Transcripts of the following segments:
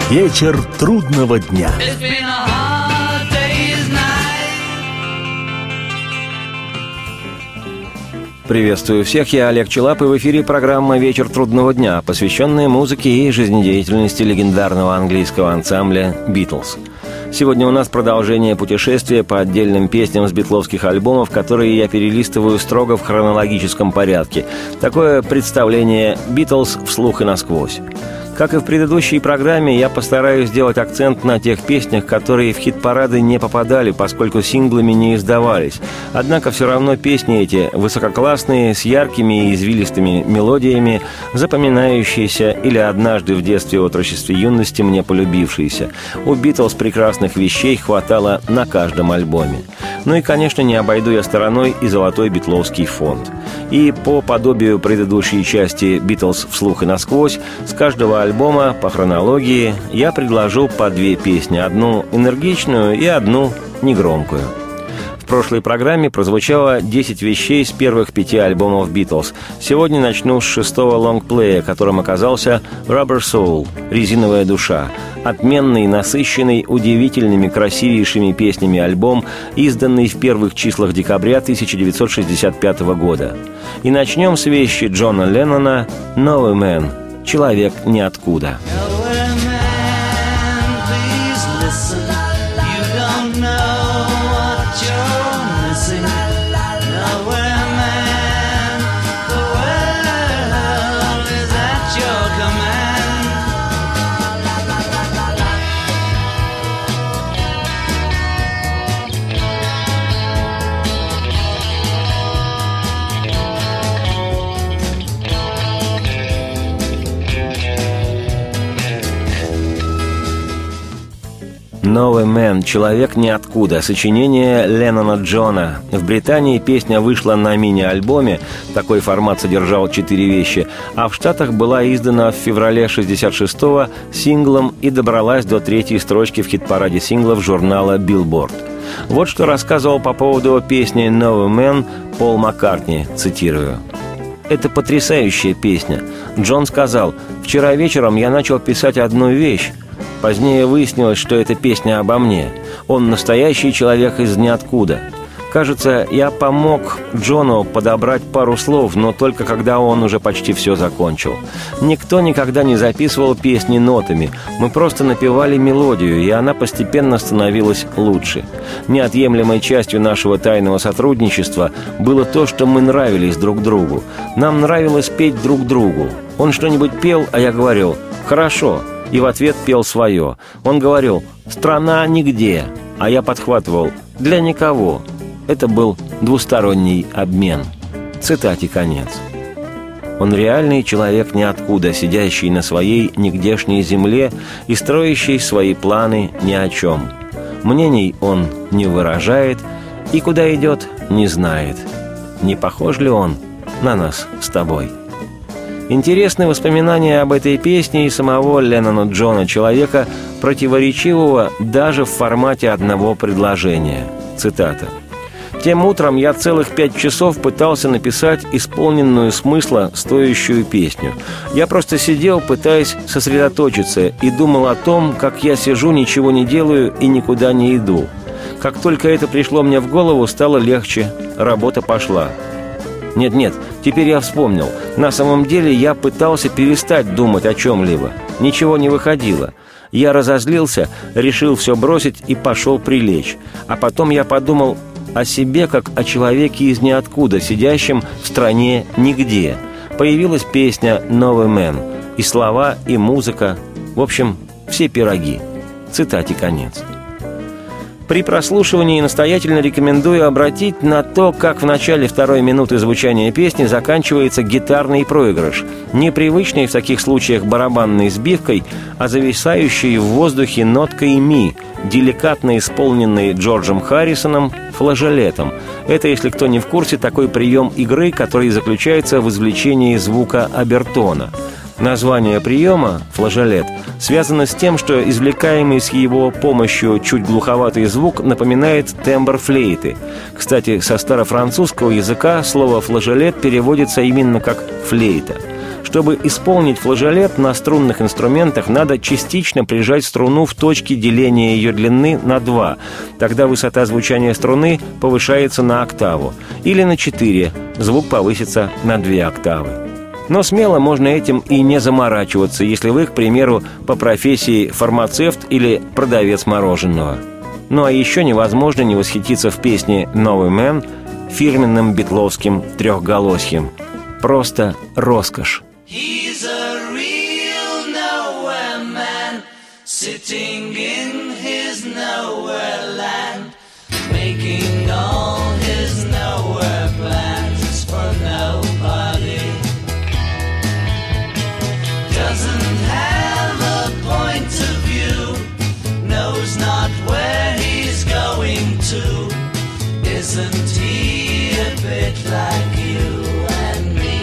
Вечер трудного дня. Приветствую всех, я Олег Челап, и в эфире программа «Вечер трудного дня», посвященная музыке и жизнедеятельности легендарного английского ансамбля «Битлз». Сегодня у нас продолжение путешествия по отдельным песням с битловских альбомов, которые я перелистываю строго в хронологическом порядке. Такое представление «Битлз» вслух и насквозь. Как и в предыдущей программе, я постараюсь сделать акцент на тех песнях, которые в хит-парады не попадали, поскольку синглами не издавались. Однако все равно песни эти высококлассные, с яркими и извилистыми мелодиями, запоминающиеся или однажды в детстве, отрочестве, юности мне полюбившиеся. У «Битлз» прекрасных вещей хватало на каждом альбоме. Ну и, конечно, не обойду я стороной и золотой битловский фонд. И по подобию предыдущей части «Битлз» вслух и насквозь, с каждого альбома по хронологии я предложу по две песни, одну энергичную и одну негромкую. В прошлой программе прозвучало 10 вещей с первых 5 альбомов «Битлз». Сегодня начну с 6-го лонгплея, которым оказался «Rubber Soul» — «Резиновая душа». Отменный, насыщенный, удивительными, красивейшими песнями альбом, изданный в первых числах декабря 1965 года. И начнем с вещи Джона Леннона «Nowhere Man» — «Человек ниоткуда». «Nowhere Man» — «Человек ниоткуда», сочинение Леннона Джона. В Британии песня вышла на мини-альбоме, такой формат содержал 4 вещи, а в Штатах была издана в феврале 1966-го синглом и добралась до 3-й строчки в хит-параде синглов журнала Billboard. Вот что рассказывал по поводу песни «Nowhere Man» Пол Маккартни, цитирую. «Это потрясающая песня. Джон сказал: «Вчера вечером я начал писать одну вещь. Позднее выяснилось, что это песня обо мне. Он настоящий человек из ниоткуда. Кажется, я помог Джону подобрать пару слов, но только когда он уже почти все закончил. Никто никогда не записывал песни нотами. Мы просто напевали мелодию, и она постепенно становилась лучше. Неотъемлемой частью нашего тайного сотрудничества было то, что мы нравились друг другу. Нам нравилось петь друг другу. Он что-нибудь пел, а я говорил: «Хорошо». И в ответ пел свое. Он говорил: «Страна нигде», а я подхватывал: «Для никого». Это был двусторонний обмен. Цитате конец. Он реальный человек ниоткуда, сидящий на своей нигдешней земле и строящий свои планы ни о чем. Мнений он не выражает и куда идет, не знает. Не похож ли он на нас с тобой? Интересны воспоминания об этой песне и самого Леннона Джона, человека, противоречивого даже в формате одного предложения. Цитата. «Тем утром я целых 5 часов пытался написать исполненную смысла стоящую песню. Я просто сидел, пытаясь сосредоточиться, и думал о том, как я сижу, ничего не делаю и никуда не иду. Как только это пришло мне в голову, стало легче, работа пошла». Нет, теперь я вспомнил. На самом деле я пытался перестать думать о чем-либо. Ничего не выходило. Я разозлился, решил все бросить и пошел прилечь. А потом я подумал о себе, как о человеке из ниоткуда, сидящем в стране нигде. Появилась песня «Nowhere Man». И слова, и музыка. В общем, все пироги. Цитате конец. При прослушивании настоятельно рекомендую обратить на то, как в начале 2-й минуты звучания песни заканчивается гитарный проигрыш, непривычный в таких случаях барабанной сбивкой, а зависающей в воздухе ноткой ми, деликатно исполненной Джорджем Харрисоном флажолетом. Это, если кто не в курсе, такой прием игры, который заключается в извлечении звука обертона. Название приема «флажолет» связано с тем, что извлекаемый с его помощью чуть глуховатый звук напоминает тембр флейты. Кстати, со старофранцузского языка слово «флажолет» переводится именно как «флейта». Чтобы исполнить флажолет на струнных инструментах, надо частично прижать струну в точке деления ее длины на 2. Тогда высота звучания струны повышается на октаву. Или на 4. Звук повысится на 2 октавы. Но смело можно этим и не заморачиваться, если вы, к примеру, по профессии фармацевт или продавец мороженого. Ну а еще невозможно не восхититься в песне «Новый Мэн» фирменным битловским трехголосьем. Просто роскошь. He's a real nowhere man, sitting in his nowhere land, making all his nowhere plans for nobody. Doesn't have a point of view, knows not where he's going to. Isn't he a bit like you and me?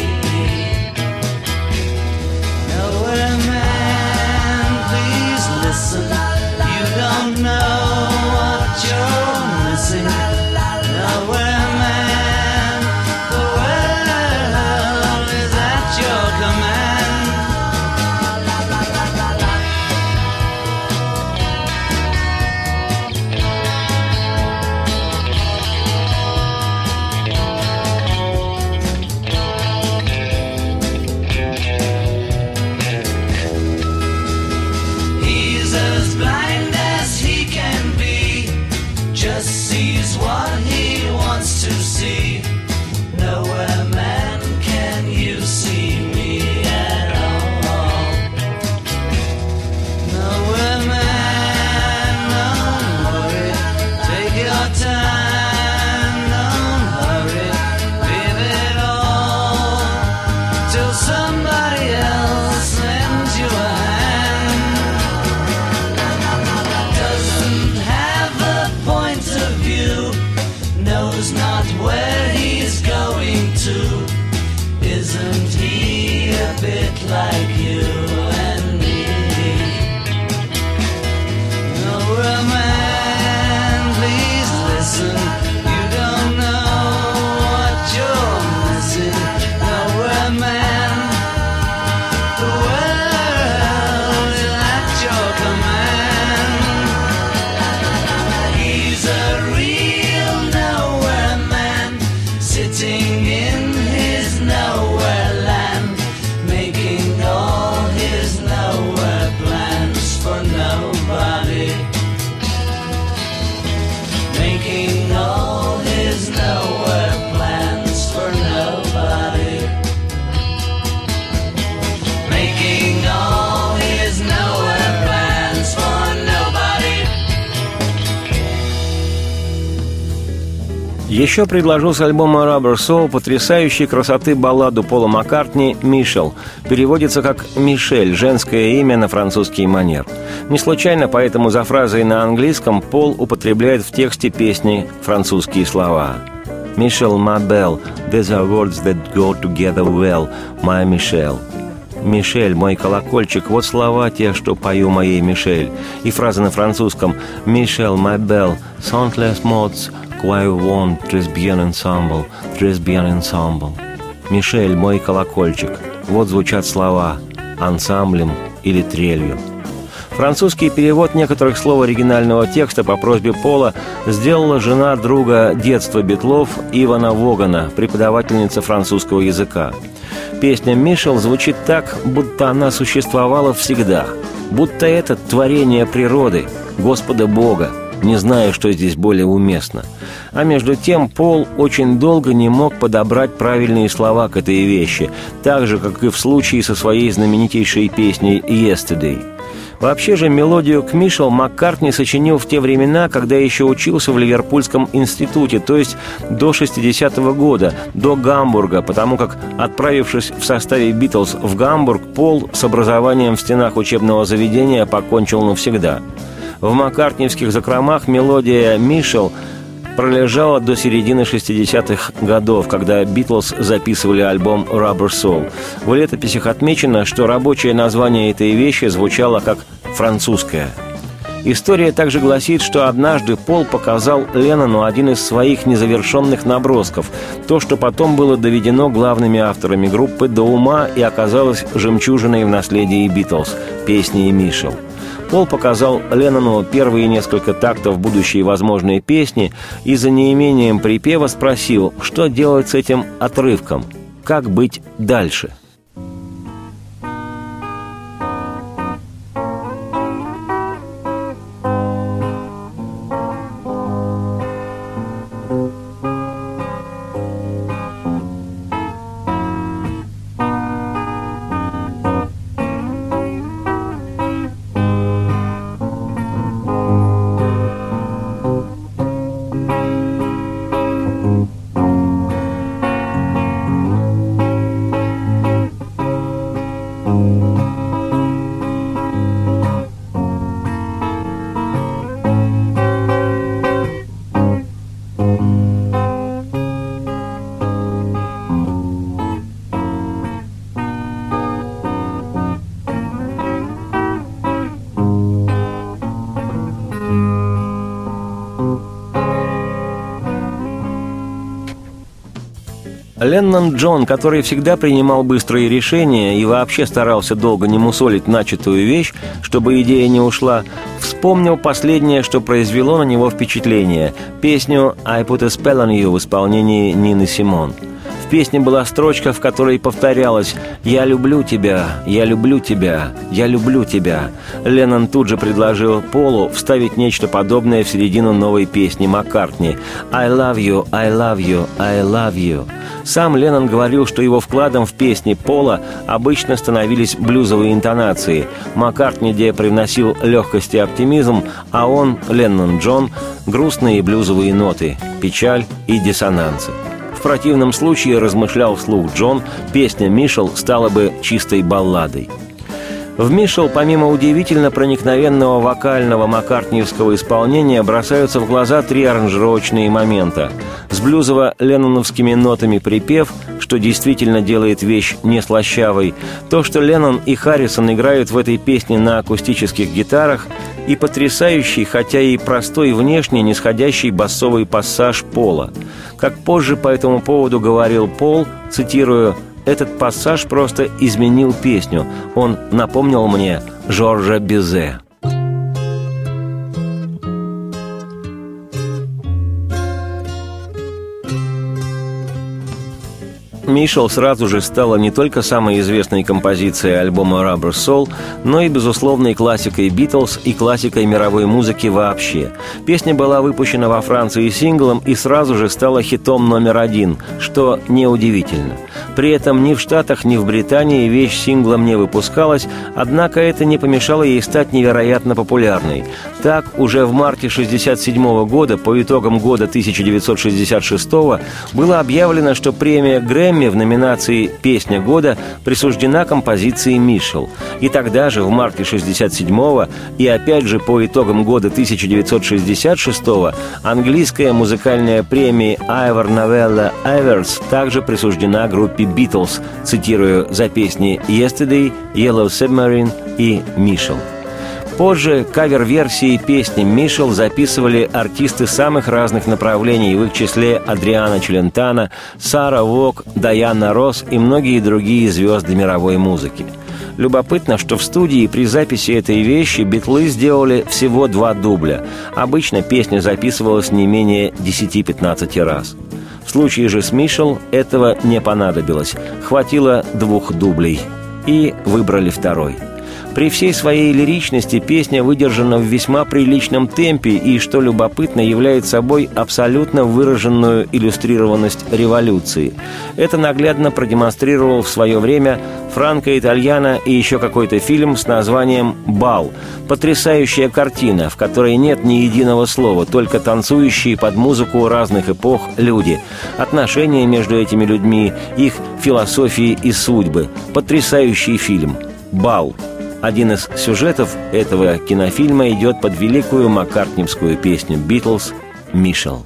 Nowhere man, please listen. You don't know what you're missing. Nowhere man, the world is at your command. He's as blind as he can be, just sees what he wants to see. Nowhere man, can you see me at all? Nowhere man, don't worry, take your time, don't hurry, leave it all till somebody else lends you a hand. Doesn't have a point of view, knows not where he's going to. Isn't he a bit like you and me? Nowhere man, please listen. You don't know what you're missing. Nowhere man, the world is at your command. He's a real nowhere man, sitting in his nowhere land, making all his nowhere plans for nobody. Making all his nowhere plans for nobody. Making all his nowhere plans for nobody. Еще предложу с альбома Rubber Soul потрясающей красоты балладу Пола Маккартни «Мишель». Переводится как «Мишель», женское имя на французский манер. Не случайно поэтому за фразой на английском Пол употребляет в тексте песни французские слова. «Мишель, my belle, these are words that go together well, my Michelle». «Мишель, мой колокольчик» — вот слова те, что пою моей Мишель. И фраза на французском «Мишель, my belle, sont les mots Quai вон, très bien ensemble, très bien ensemble». «Мишель, мой колокольчик» — вот звучат слова ансамблем или трелью. Французский перевод некоторых слов оригинального текста по просьбе Пола сделала жена друга детства Битлов Ивана Вогана, преподавательница французского языка. Песня «Мишель» звучит так, будто она существовала всегда, будто это творение природы, Господа Бога, не зная, что здесь более уместно. А между тем Пол очень долго не мог подобрать правильные слова к этой вещи, так же, как и в случае со своей знаменитейшей песней «Yesterday». Вообще же мелодию к «Мишель» Маккартни сочинил в те времена, когда еще учился в Ливерпульском институте, то есть до 60-го года, до Гамбурга, потому как, отправившись в составе «Битлз» в Гамбург, Пол с образованием в стенах учебного заведения покончил навсегда. В маккартниевских закромах мелодия «Мишель» пролежала до середины 60-х годов, когда «Битлз» записывали альбом «Rubber Soul». В летописях отмечено, что рабочее название этой вещи звучало как «французская». История также гласит, что однажды Пол показал Леннону один из своих незавершенных набросков, то, что потом было доведено главными авторами группы до ума и оказалось жемчужиной в наследии «Битлз» – песни «Мишел». Пол показал Леннону первые несколько тактов будущей возможной песни и за неимением припева спросил, что делать с этим отрывком, как быть дальше. Леннон Джон, который всегда принимал быстрые решения и вообще старался долго не мусолить начатую вещь, чтобы идея не ушла, вспомнил последнее, что произвело на него впечатление – песню «I Put a Spell on You» в исполнении Нины Симон. В песне была строчка, в которой повторялось «Я люблю тебя, я люблю тебя, я люблю тебя». Леннон тут же предложил Полу вставить нечто подобное в середину новой песни Маккартни «I love you, I love you, I love you». Сам Леннон говорил, что его вкладом в песни Пола обычно становились блюзовые интонации. Маккартни где привносил легкость и оптимизм, а он, Леннон Джон, грустные блюзовые ноты, печаль и диссонансы. В противном случае, размышлял вслух Джон, песня «Мишел» стала бы чистой балладой. В «Мишел» помимо удивительно проникновенного вокального маккартниевского исполнения бросаются в глаза три аранжировочные момента. С блюзово-ленноновскими нотами припев, что действительно делает вещь не слащавой, то, что Леннон и Харрисон играют в этой песне на акустических гитарах, и потрясающий, хотя и простой внешне, нисходящий басовый пассаж Пола. Как позже по этому поводу говорил Пол, цитирую, «Этот пассаж просто изменил песню. Он напомнил мне Жоржа Бизе». «Мишел» сразу же стала не только самой известной композицией альбома «Rubber Soul», но и безусловной классикой «Битлз» и классикой мировой музыки вообще. Песня была выпущена во Франции синглом и сразу же стала хитом номер один, что неудивительно. При этом ни в Штатах, ни в Британии вещь синглом не выпускалась, однако это не помешало ей стать невероятно популярной. Так, уже в марте 1967 года, по итогам года 1966, было объявлено, что премия Грэмми в номинации «Песня года» присуждена композиции «Мишел». И тогда же, в марте 1967-го, и опять же по итогам года 1966-го, английская музыкальная премия Ivor Novello Awards также присуждена группе «Битлз», цитирую, за песни «Yesterday», «Yellow Submarine» и «Мишел». Позже кавер-версии песни «Мишел» записывали артисты самых разных направлений, в их числе Адриано Челентано, Сара Вок, Дайана Росс и многие другие звезды мировой музыки. Любопытно, что в студии при записи этой вещи битлы сделали всего 2 дубля. Обычно песня записывалась не менее 10-15 раз. В случае же с «Мишел» этого не понадобилось. Хватило 2 дублей. И выбрали второй. При всей своей лиричности песня выдержана в весьма приличном темпе и, что любопытно, является собой абсолютно выраженную иллюстрированность революции. Это наглядно продемонстрировал в свое время Франко Итальяно и еще какой-то фильм с названием «Бал». Потрясающая картина, в которой нет ни единого слова, только танцующие под музыку разных эпох люди. Отношения между этими людьми, их философии и судьбы. Потрясающий фильм «Бал». Один из сюжетов этого кинофильма идет под великую маккартниевскую песню «Битлз» «Мишел».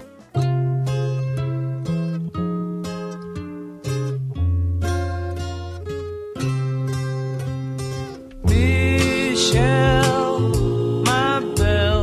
Michelle, my belle.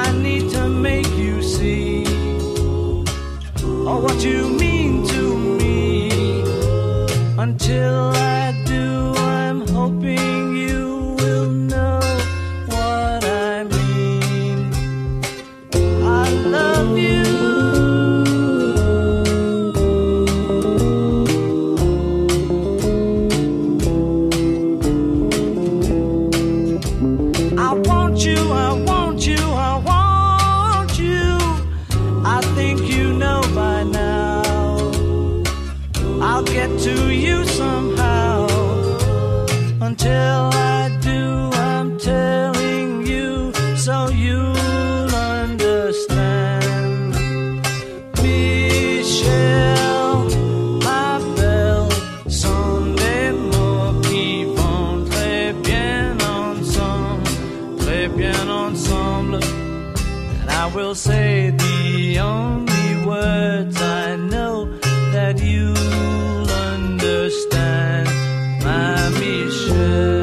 I need to make you see, oh, what you mean to me. Until I do, I'm hoping you will know what I mean. I love you. I want you, I want you, I want you. I think you know by now. I'll get to you somehow. Until I do, I'm telling you so you'll understand. Michel, ma belle, sont des mots qui vont très bien ensemble. And I will say the only words I know that you'll understand, my Michel.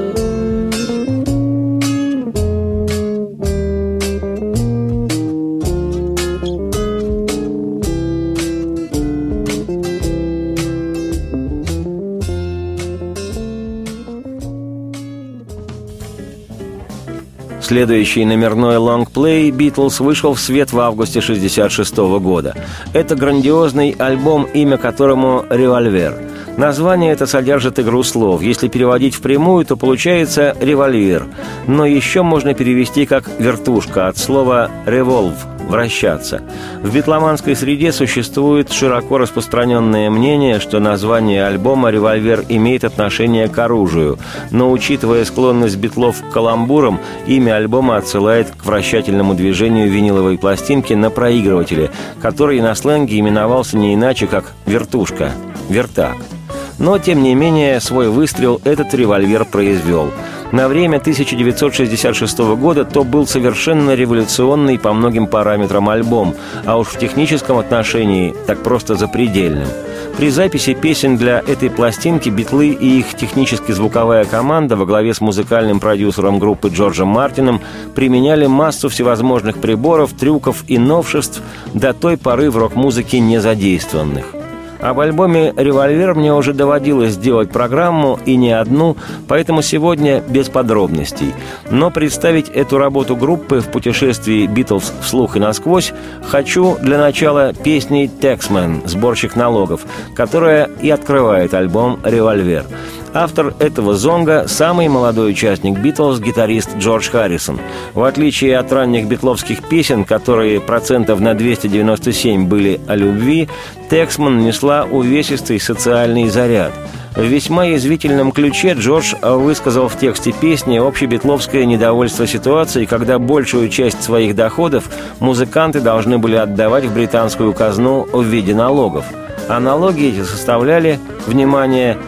Следующий номерной лонгплей «Битлз» вышел в свет в августе 1966 года. Это грандиозный альбом, имя которому «Револьвер». Название это содержит игру слов. Если переводить впрямую, то получается «револьвер». Но еще можно перевести как «вертушка» от слова «revolve» – «вращаться». В битломанской среде существует широко распространенное мнение, что название альбома «Револьвер» имеет отношение к оружию. Но, учитывая склонность битлов к каламбурам, имя альбома отсылает к вращательному движению виниловой пластинки на проигрывателе, который на сленге именовался не иначе, как «вертушка» – «вертак». Но, тем не менее, свой выстрел этот револьвер произвел. На время 1966 года то был совершенно революционный по многим параметрам альбом, а уж в техническом отношении так просто запредельным. При записи песен для этой пластинки битлы и их технически-звуковая команда во главе с музыкальным продюсером группы Джорджем Мартином применяли массу всевозможных приборов, трюков и новшеств, до той поры в рок-музыке не задействованных. Об альбоме «Револьвер» мне уже доводилось сделать программу, и не одну, поэтому сегодня без подробностей. Но представить эту работу группы в путешествии «Битлз» вслух и насквозь хочу для начала песней «Taxman» «Сборщик налогов», которая и открывает альбом «Револьвер». Автор этого зонга – самый молодой участник «Битлз», гитарист Джордж Харрисон. В отличие от ранних битловских песен, которые процентов на 297 были о любви, «Taxman» несла увесистый социальный заряд. В весьма язвительном ключе Джордж высказал в тексте песни общебитловское недовольство ситуацией, когда большую часть своих доходов музыканты должны были отдавать в британскую казну в виде налогов. А налоги эти составляли, внимание,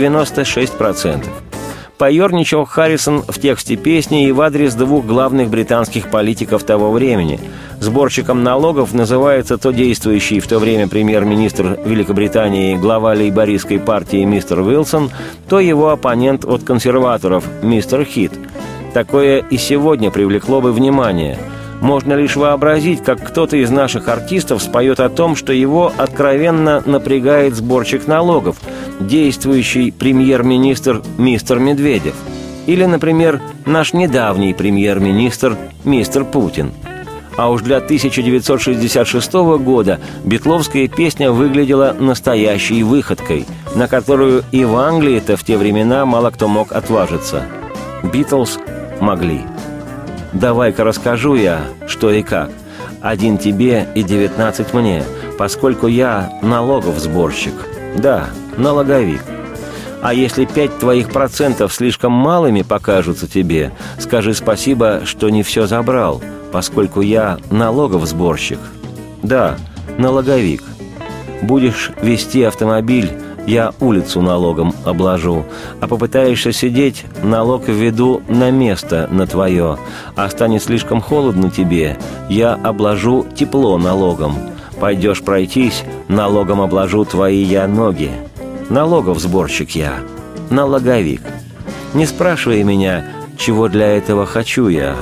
96%. Поерничал Харрисон в тексте песни и в адрес двух главных британских политиков того времени. Сборщиком налогов называется то действующий в то время премьер-министр Великобритании, глава лейбористской партии мистер Уилсон, то его оппонент от консерваторов мистер Хит. Такое и сегодня привлекло бы внимание. Можно лишь вообразить, как кто-то из наших артистов споет о том, что его откровенно напрягает сборщик налогов, действующий премьер-министр мистер Медведев. Или, например, наш недавний премьер-министр мистер Путин. А уж для 1966 года битловская песня выглядела настоящей выходкой, на которую и в Англии-то в те времена мало кто мог отважиться. Битлз могли. Давай-ка расскажу я, что и как. 1 тебе и 19 мне, поскольку я налогов сборщик. Да, налоговик. А если 5 твоих процентов слишком малыми покажутся тебе, скажи спасибо, что не все забрал, поскольку я налогов сборщик. Да, налоговик. Будешь вести автомобиль, я улицу налогом обложу, а попытаешься сидеть, налог введу на место на твое, а станет слишком холодно тебе, я обложу тепло налогом. Пойдешь пройтись, налогом обложу твои я ноги. Налогов сборщик я, налоговик. Не спрашивай меня, чего для этого хочу я.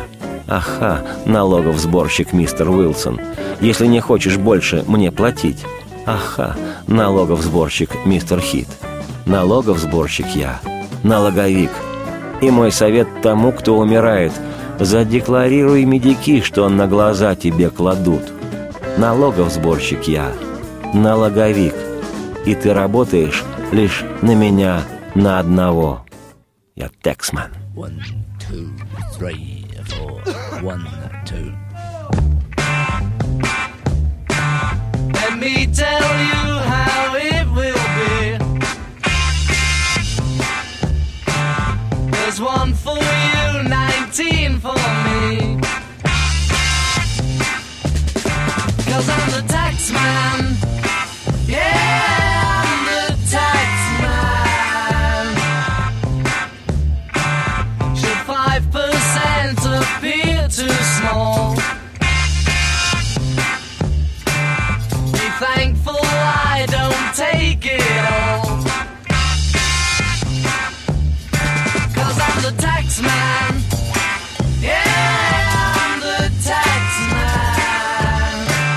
Аха, налогов-сборщик мистер Уилсон. Если не хочешь больше мне платить. Аха, налогов-сборщик мистер Хит. Налогов-сборщик я, налоговик. И мой совет тому, кто умирает: задекларируй медики, что на глаза тебе кладут. Налогов-сборщик я, налоговик. И ты работаешь лишь на меня, на одного. Я тексмен. 1, 2, 3, 4. 1, 2. Let me tell you how it will be. There's one for you, 19 for me. 'Cause I'm the tax man. Yeah, I'm the tax man. Should 5% appear too small? Be thankful I don't take it all. 'Cause I'm the tax man. Yeah, I'm the tax man.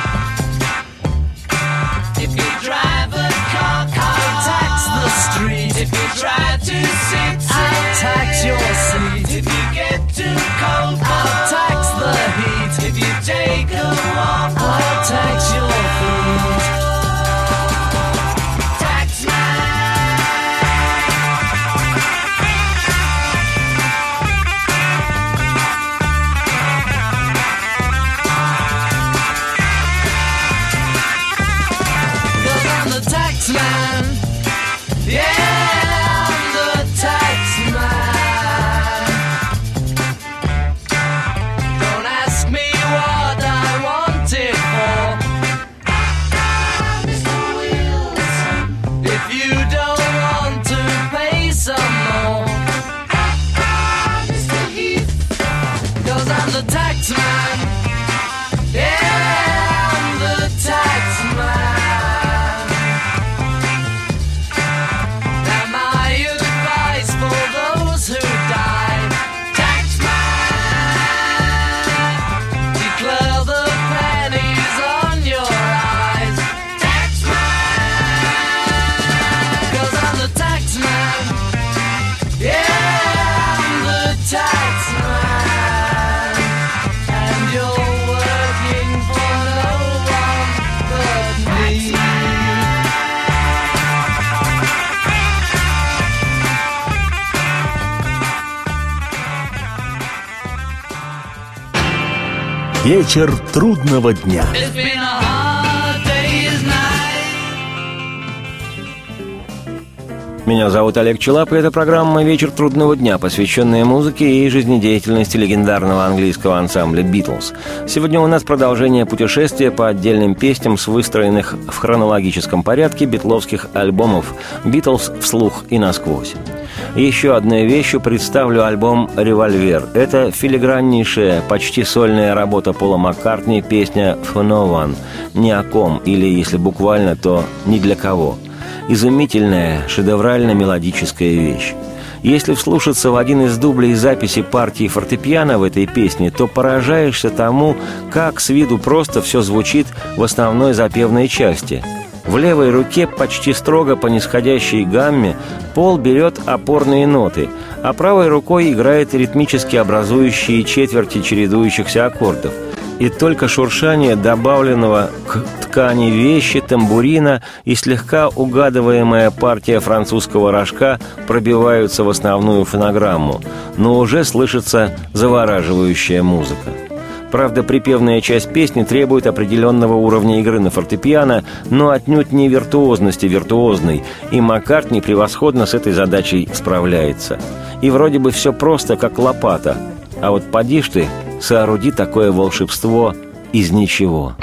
If you drive a car, I'll tax the street. If you try to sit, I'll tax your seat. If you get too cold, I'll tax the heat. If you take a walk, I'll tax your food. Tax man. Yeah, I'm the tax man. Don't ask me what I want it for. Mr. Wilson. If you don't want to pay some more. Mr. Heath. 'Cause I'm the tax man. Yeah, I'm the tax man. Вечер трудного дня. It's been a hard day's night. Меня зовут Олег Челап, и это программа «Вечер трудного дня», посвященная музыке и жизнедеятельности легендарного английского ансамбля «Битлз». Сегодня у нас продолжение путешествия по отдельным песням с выстроенных в хронологическом порядке битловских альбомов «Битлз вслух и насквозь». Еще одной вещью представлю альбом «Револьвер». Это филиграннейшая, почти сольная работа Пола Маккартни, песня «For No One» – «Ни о ком» или, если буквально, то «Ни для кого». Изумительная, шедеврально-мелодическая вещь. Если вслушаться в один из дублей записи партии фортепиано в этой песне, то поражаешься тому, как с виду просто все звучит в основной запевной части. В левой руке почти строго по нисходящей гамме Пол берет опорные ноты, а правой рукой играет ритмически образующие четверти чередующихся аккордов. И только шуршание добавленного к ткани вещи, тамбурина и слегка угадываемая партия французского рожка пробиваются в основную фонограмму, но уже слышится завораживающая музыка. Правда, припевная часть песни требует определенного уровня игры на фортепиано, но отнюдь не виртуозности виртуозной, и Маккартни превосходно с этой задачей справляется. И вроде бы все просто, как лопата, а вот поди ж ты, сооруди такое волшебство из ничего.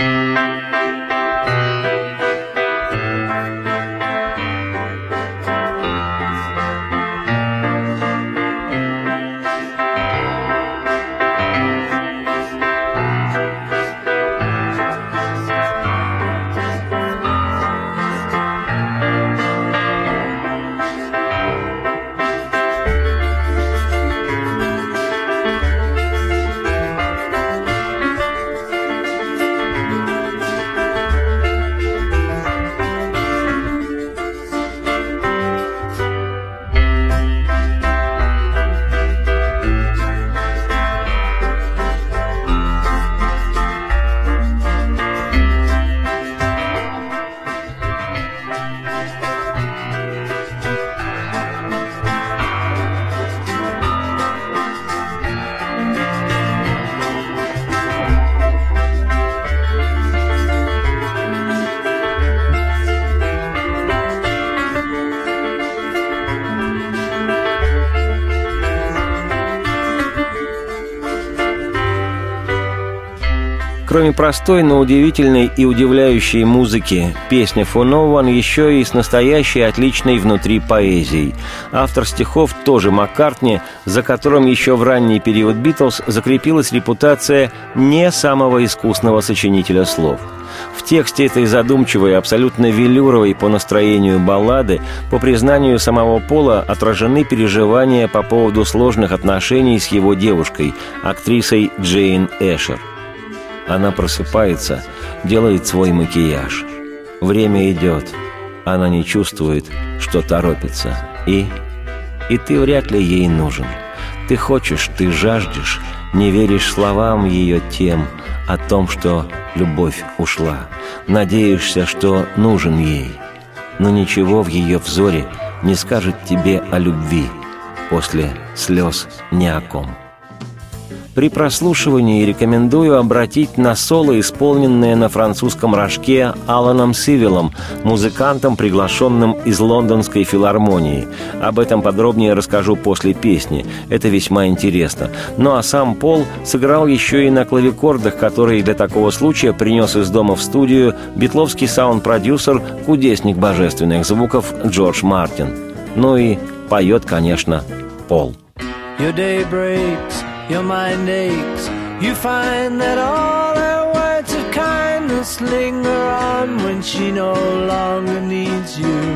Кроме простой, но удивительной и удивляющей музыки, песня «For No One» еще и с настоящей отличной внутри поэзией. Автор стихов тоже Маккартни, за которым еще в ранний период «Битлз» закрепилась репутация не самого искусного сочинителя слов. В тексте этой задумчивой, абсолютно велюровой по настроению баллады, по признанию самого Пола, отражены переживания по поводу сложных отношений с его девушкой, актрисой Джейн Эшер. Она просыпается, делает свой макияж. Время идет. Она не чувствует, что торопится. И ты вряд ли ей нужен. Ты хочешь, ты жаждешь, не веришь словам ее тем о том, что любовь ушла. Надеешься, что нужен ей. Но ничего в ее взоре не скажет тебе о любви. После слез ни о ком. При прослушивании рекомендую обратить на соло, исполненное на французском рожке Аланом Сивиллом, музыкантом, приглашенным из Лондонской филармонии. Об этом подробнее расскажу после песни. Это весьма интересно. Ну а сам Пол сыграл еще и на клавикордах, которые для такого случая принес из дома в студию битловский саунд-продюсер, кудесник божественных звуков Джордж Мартин. Ну и поет, конечно, Пол. Your day breaks, your mind aches. You find that all her words of kindness linger on when she no longer needs you.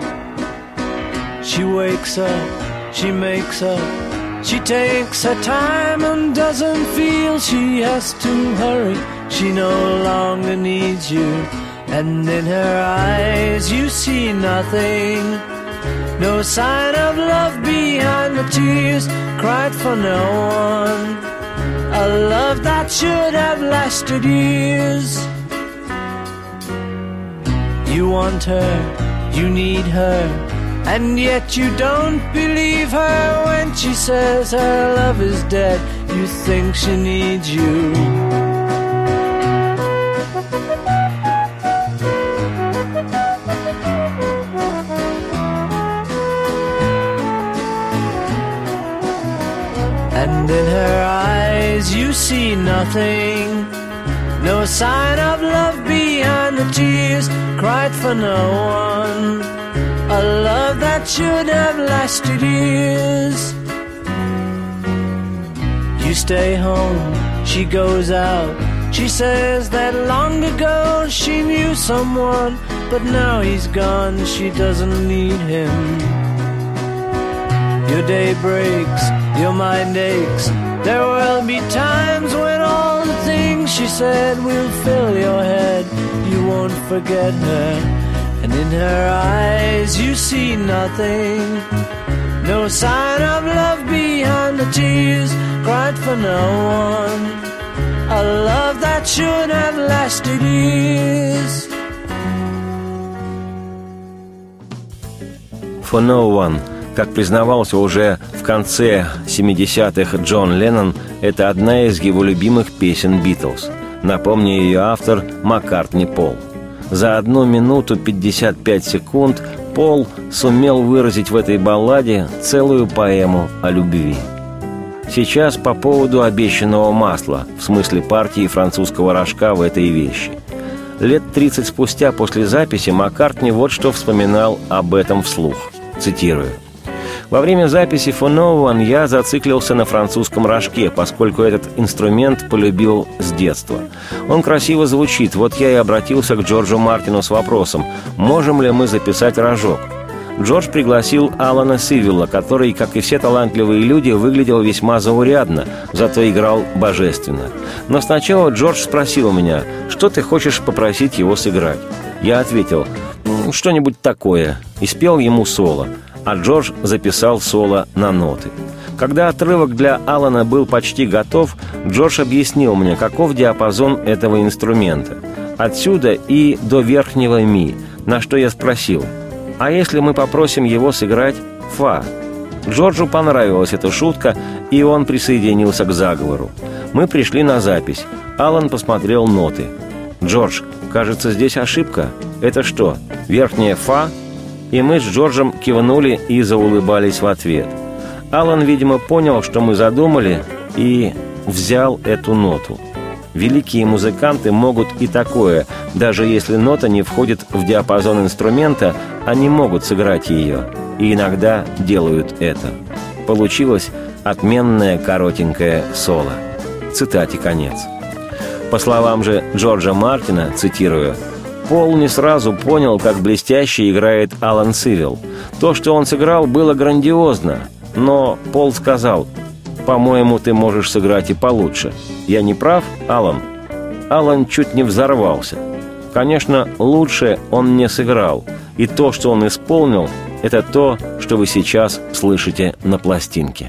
She wakes up, she makes up, she takes her time and doesn't feel she has to hurry. She no longer needs you. And in her eyes you see nothing. No sign of love behind the tears cried for no one. A love that should have lasted years. You want her, you need her, and yet you don't believe her when she says her love is dead. You think she needs you. And in her eyes you see nothing. No sign of love behind the tears cried for no one. A love that should have lasted years. You stay home, she goes out. She says that long ago she knew someone, but now he's gone, she doesn't need him. Your day breaks, your mind aches. There will be times when all the things she said will fill your head. You won't forget her, and in her eyes you see nothing. No sign of love behind the tears cried for no one. A love that should have lasted years. For No One. Как признавался уже в конце 70-х Джон Леннон, это одна из его любимых песен «Битлз». Напомню, ее автор Маккартни Пол. За 1 минуту 55 секунд Пол сумел выразить в этой балладе целую поэму о любви. Сейчас по поводу обещанного масла, в смысле партии французского рожка в этой вещи. Лет 30 спустя после записи Маккартни вот что вспоминал об этом вслух. Цитирую. Во время записи For No One я зациклился на французском рожке, поскольку этот инструмент полюбил с детства. Он красиво звучит, вот я и обратился к Джорджу Мартину с вопросом, можем ли мы записать рожок. Джордж пригласил Алана Сивилла, который, как и все талантливые люди, выглядел весьма заурядно, зато играл божественно. Но сначала Джордж спросил меня, что ты хочешь попросить его сыграть. Я ответил, что-нибудь такое, и спел ему соло. А Джордж записал соло на ноты. Когда отрывок для Алана был почти готов, Джордж объяснил мне, каков диапазон этого инструмента. Отсюда и до верхнего ми, на что я спросил, а если мы попросим его сыграть фа? Джорджу понравилась эта шутка, и он присоединился к заговору. Мы пришли на запись. Алан посмотрел ноты. «Джордж, кажется, здесь ошибка. Это что, верхняя фа?» И мы с Джорджем кивнули и заулыбались в ответ. Алан, видимо, понял, что мы задумали, и взял эту ноту. Великие музыканты могут и такое. Даже если нота не входит в диапазон инструмента, они могут сыграть ее. И иногда делают это. Получилось отменное коротенькое соло. Цитате конец. По словам же Джорджа Мартина, цитирую, «Пол не сразу понял, как блестяще играет Алан Сивил. То, что он сыграл, было грандиозно. Но Пол сказал: «По-моему, ты можешь сыграть и получше». Я не прав, Алан?» Алан чуть не взорвался. Конечно, лучше он не сыграл. И то, что он исполнил, это то, что вы сейчас слышите на пластинке.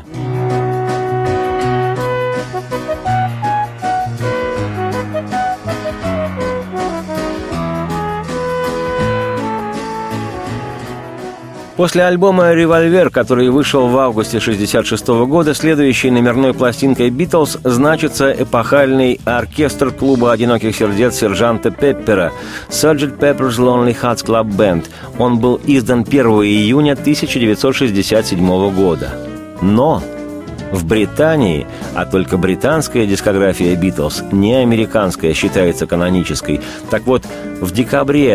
После альбома «Револьвер», который вышел в августе 1966 года, следующей номерной пластинкой «Битлз» значится эпохальный оркестр клуба «Одиноких сердец» сержанта Пеппера «Sgt. Pepper's Lonely Hearts Club Band». Он был издан 1 июня 1967 года. Но в Британии, а только британская дискография «Битлз», не американская, считается канонической. Так вот, в декабре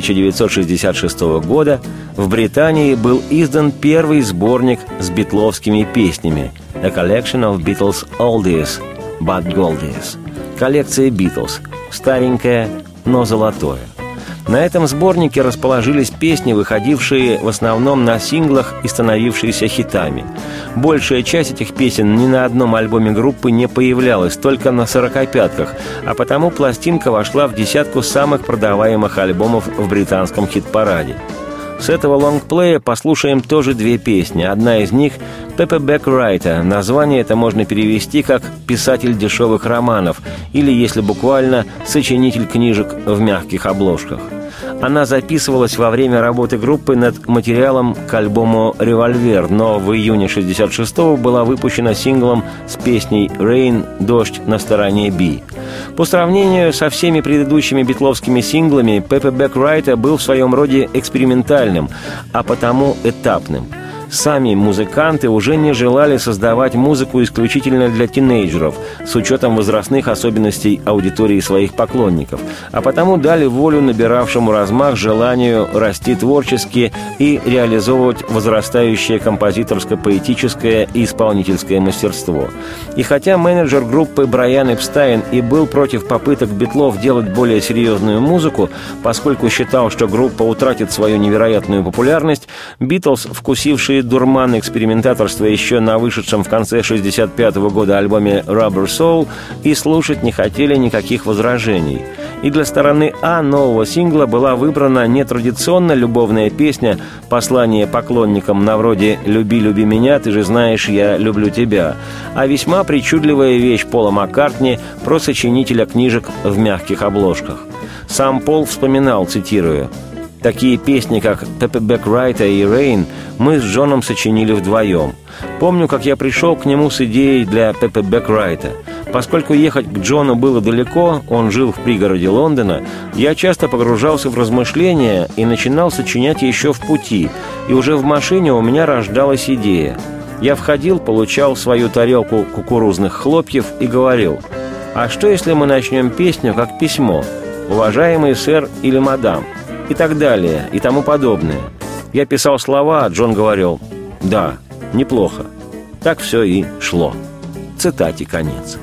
1966 года в Британии был издан первый сборник с битловскими песнями «A Collection of Beatles Oldies, But Goldies». Коллекция «Битлз», старенькая, но золотое. На этом сборнике расположились песни, выходившие в основном на синглах и становившиеся хитами. Большая часть этих песен ни на одном альбоме группы не появлялась, только на 45-ках, а потому пластинка вошла в десятку самых продаваемых альбомов в британском хит-параде. С этого лонгплея послушаем тоже две песни. Одна из них — Пеппебек Райта. Название это можно перевести как «писатель дешевых романов» или, если буквально, «сочинитель книжек в мягких обложках». Она записывалась во время работы группы над материалом к альбому «Револьвер», но в июне 1966-го была выпущена синглом с песней «Rain» «Дождь» на стороне «B». По сравнению со всеми предыдущими битловскими синглами, «Пеппебек Райта» был в своем роде экспериментальным, а потому этапным. Сами музыканты уже не желали создавать музыку исключительно для тинейджеров, с учетом возрастных особенностей аудитории своих поклонников, а потому дали волю набиравшему размах желанию расти творчески и реализовывать возрастающее композиторско-поэтическое и исполнительское мастерство. И хотя менеджер группы Брайан Эпстайн и был против попыток битлов делать более серьезную музыку, поскольку считал, что группа утратит свою невероятную популярность, Битлз, вкусившие дурман экспериментаторства еще на вышедшем в конце 1965 года альбоме «Rubber Soul», и слушать не хотели никаких возражений. И для стороны А нового сингла была выбрана не традиционно любовная песня «Послание поклонникам» на вроде «Люби, люби меня, ты же знаешь, я люблю тебя», а весьма причудливая вещь Пола Маккартни про сочинителя книжек в мягких обложках. Сам Пол вспоминал, цитирую, «Такие песни, как «Пеппебек Райта» и «Rain» мы с Джоном сочинили вдвоем. Помню, как я пришел к нему с идеей для «Пеппебек Райта». Поскольку ехать к Джону было далеко, он жил в пригороде Лондона, я часто погружался в размышления и начинал сочинять еще в пути, и уже в машине у меня рождалась идея. Я входил, получал свою тарелку кукурузных хлопьев и говорил: «А что, если мы начнем песню как письмо? Уважаемый сэр или мадам?» И так далее, и тому подобное. Я писал слова, а Джон говорил: «Да, неплохо». Так все и шло. Цитате конец.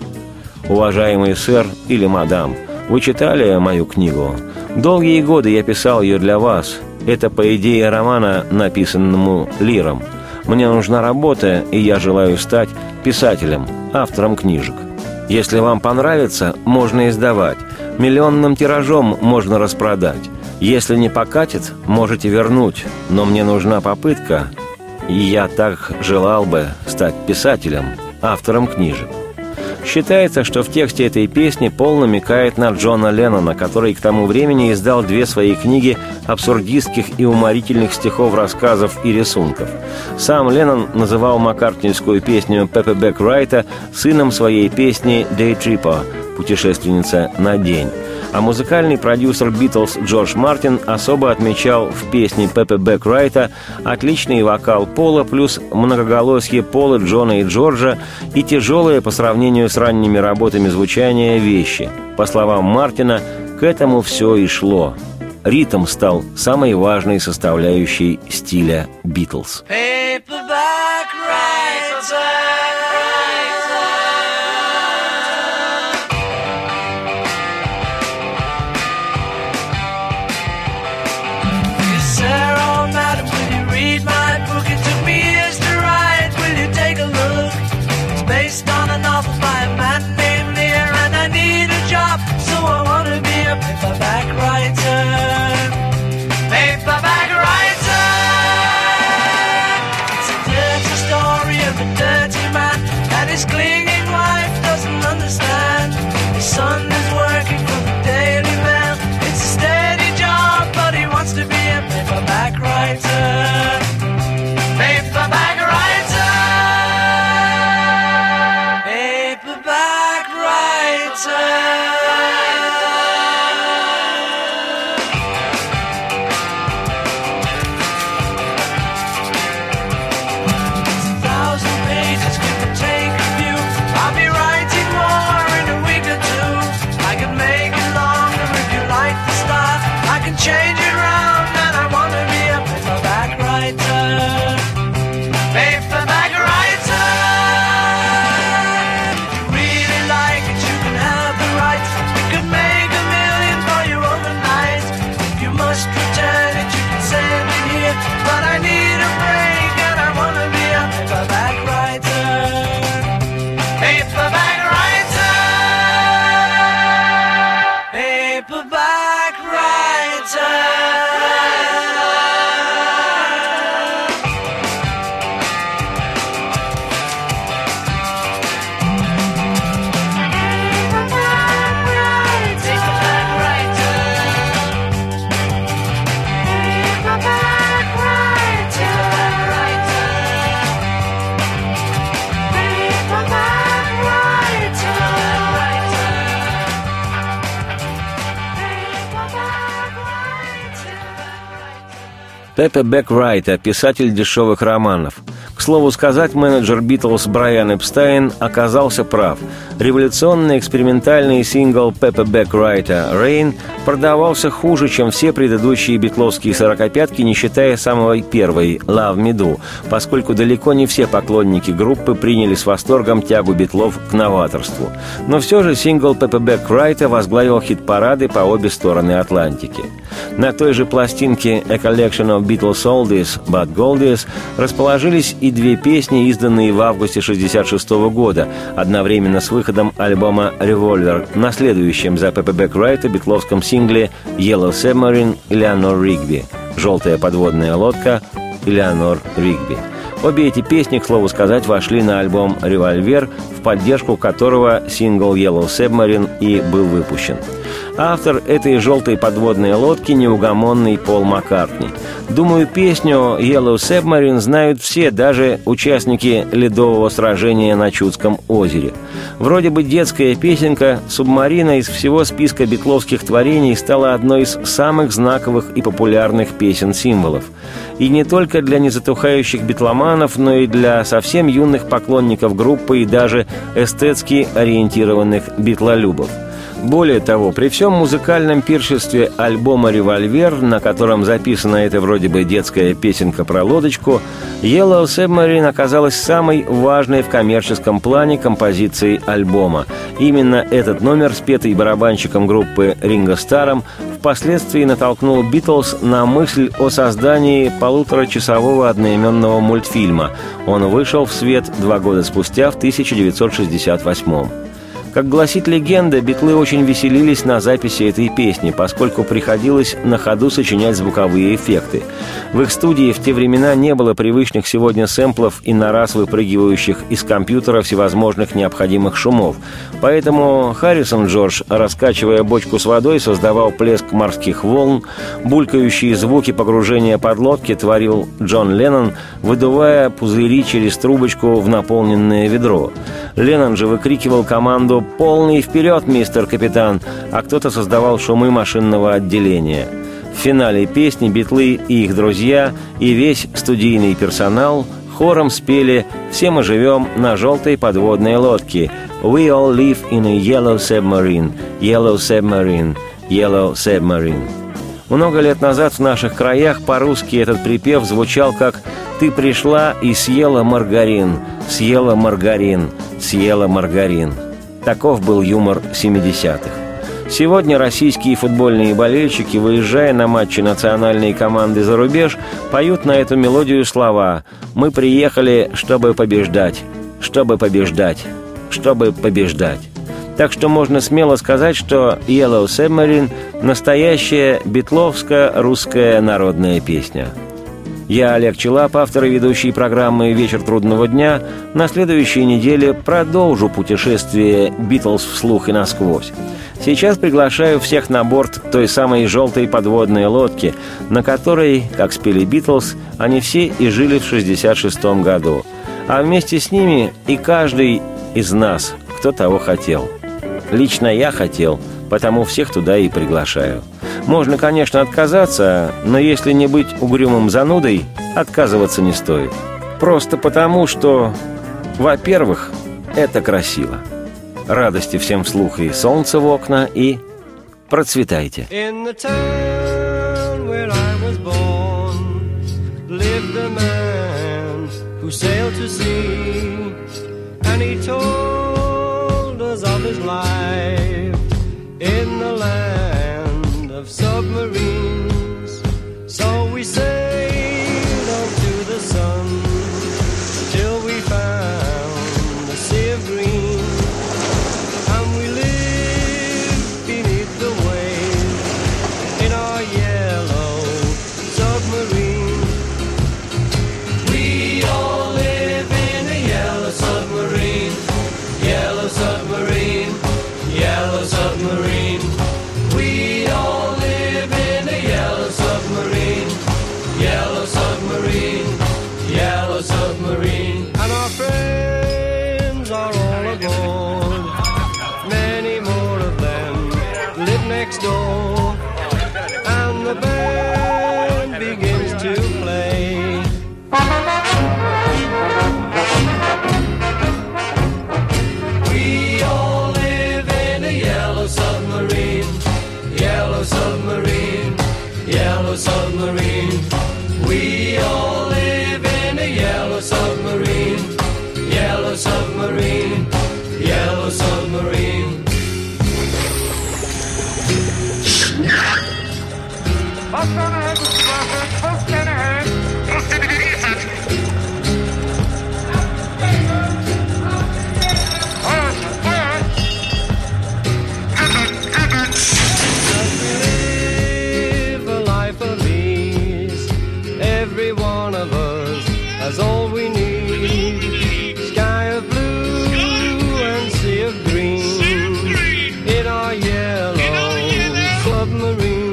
Уважаемый сэр или мадам, вы читали мою книгу? Долгие годы я писал ее для вас. Это по идее романа, написанному Лиром. Мне нужна работа, и я желаю стать писателем, автором книжек. Если вам понравится, можно издавать. Миллионным тиражом можно распродать. Если не покатит, можете вернуть, но мне нужна попытка, и я так желал бы стать писателем, автором книжек». Считается, что в тексте этой песни Пол намекает на Джона Леннона, который к тому времени издал две свои книги абсурдистских и уморительных стихов, рассказов и рисунков. Сам Леннон называл маккартнийскую песню «Пеппебек Райта» сыном своей песни «Day Tripper» «Путешественница на день». А музыкальный продюсер «Битлз» Джордж Мартин особо отмечал в песне Пеппи Бек-Райта отличный вокал Пола плюс многоголосье Пола, Джона и Джорджа и тяжелые по сравнению с ранними работами звучания вещи. По словам Мартина, к этому все и шло. Ритм стал самой важной составляющей стиля «Битлз». His clinging wife doesn't understand. His son is working for the Daily Mail. It's a steady job, but he wants to be a paperback writer. Paperback writer. Paperback writer. Change it round and I wanna be a paperback writer. Paperback writer. If you really like it, you can have the right. We could make $1 million for you overnight. If you must return it, you can send it here. But I need a break and I wanna be a paperback writer. Paperback writer. Paperback writer. Пеппи Бек-Райта, писатель дешевых романов. К слову сказать, менеджер «Битлз» Брайан Эпстайн оказался прав. Революционный экспериментальный сингл Пеппи Бек-Райта «Rain» продавался хуже, чем все предыдущие битловские сорокопятки, не считая самой первой «Love Me Do», поскольку далеко не все поклонники группы приняли с восторгом тягу битлов к новаторству. Но все же сингл Пеппи Бек-Райта возглавил хит-парады по обе стороны Атлантики. На той же пластинке «A Collection of Beatles Oldies but Goldies» расположились и две песни, изданные в августе 1966 года, одновременно с выходом альбома «Revolver», на следующем за Пеппи Бек-Райта битловском сингле «Yellow Submarine» Элеонор Ригби, «Желтая подводная лодка» Элеонор Ригби. Обе эти песни, к слову сказать, вошли на альбом «Револьвер», в поддержку которого сингл «Yellow Submarine» и был выпущен. Автор этой «желтой подводной лодки» — неугомонный Пол Маккартни. Думаю, песню «Yellow Submarine» знают все, даже участники ледового сражения на Чудском озере. Вроде бы детская песенка, «Субмарина» из всего списка битловских творений стала одной из самых знаковых и популярных песен-символов. И не только для незатухающих битломанов, но и для совсем юных поклонников группы и даже эстетски ориентированных битлолюбов. Более того, при всем музыкальном пиршестве альбома «Револьвер», на котором записана эта вроде бы детская песенка про лодочку, «Yellow Submarine» оказалась самой важной в коммерческом плане композицией альбома. Именно этот номер, спетый барабанщиком группы Ринго Старром, впоследствии натолкнул «Битлз» на мысль о создании полуторачасового одноименного мультфильма. Он вышел в свет 2 года спустя, в 1968. Как гласит легенда, битлы очень веселились на записи этой песни, поскольку приходилось на ходу сочинять звуковые эффекты. В их студии в те времена не было привычных сегодня сэмплов и на раз выпрыгивающих из компьютера всевозможных необходимых шумов. Поэтому Харрисон Джордж, раскачивая бочку с водой, создавал плеск морских волн, булькающие звуки погружения подлодки творил Джон Леннон, выдувая пузыри через трубочку в наполненное ведро. Леннон же выкрикивал команду «Полный вперед, мистер капитан!», а кто-то создавал шумы машинного отделения. В финале песни Битлы и их друзья и весь студийный персонал хором спели «Все мы живем на желтой подводной лодке» «We all live in a yellow submarine, yellow submarine, yellow submarine». Много лет назад в наших краях по-русски этот припев звучал как «Ты пришла и съела маргарин, съела маргарин, съела маргарин». Таков был юмор 70-х. Сегодня российские футбольные болельщики, выезжая на матчи национальной команды за рубеж, поют на эту мелодию слова «Мы приехали, чтобы побеждать, чтобы побеждать, чтобы побеждать». Так что можно смело сказать, что «Yellow Submarine» – настоящая битловско-русская народная песня. Я, Олег Челап, автор и ведущий программы «Вечер трудного дня», на следующей неделе продолжу путешествие «Битлз вслух и насквозь». Сейчас приглашаю всех на борт той самой желтой подводной лодки, на которой, как спели «Битлз», они все и жили в 1966 году. А вместе с ними и каждый из нас, кто того хотел. Лично я хотел, потому всех туда и приглашаю. Можно, конечно, отказаться, но если не быть угрюмым занудой, отказываться не стоит. Просто потому, что, во-первых, это красиво. Радости всем вслух и солнца в окна, и процветайте. In the town where I was born lived a man who sailed to sea, and he told us of his life in the land of submarines. So we sailed on to the sun till we found the sea of green, and we lived beneath the waves in our yellow submarine. We all live in a yellow submarine, yellow submarine, yellow submarine. We all live in a yellow submarine, yellow submarine, yellow submarine. And our friends are all aboard, many more of them live next door, and the band begins to play. We all live in a yellow submarine, yellow submarine, yellow submarine. We all live in a yellow submarine, yellow submarine, yellow submarine. Live a life of ease. Every one of us has all we need. Sky of blue and sea of green in our yellow submarine.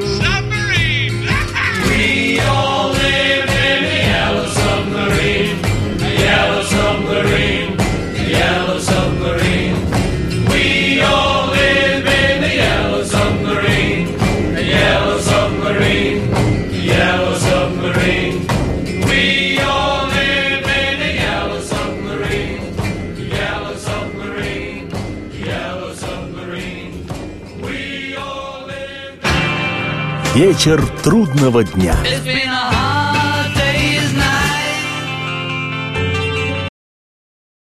We all live in a yellow submarine, a yellow submarine, a yellow submarine. We all live in a yellow submarine, a yellow submarine, a yellow submarine. We all live in a yellow submarine, yellow submarine, yellow submarine. We all live. Вечер трудного дня. It's been a hard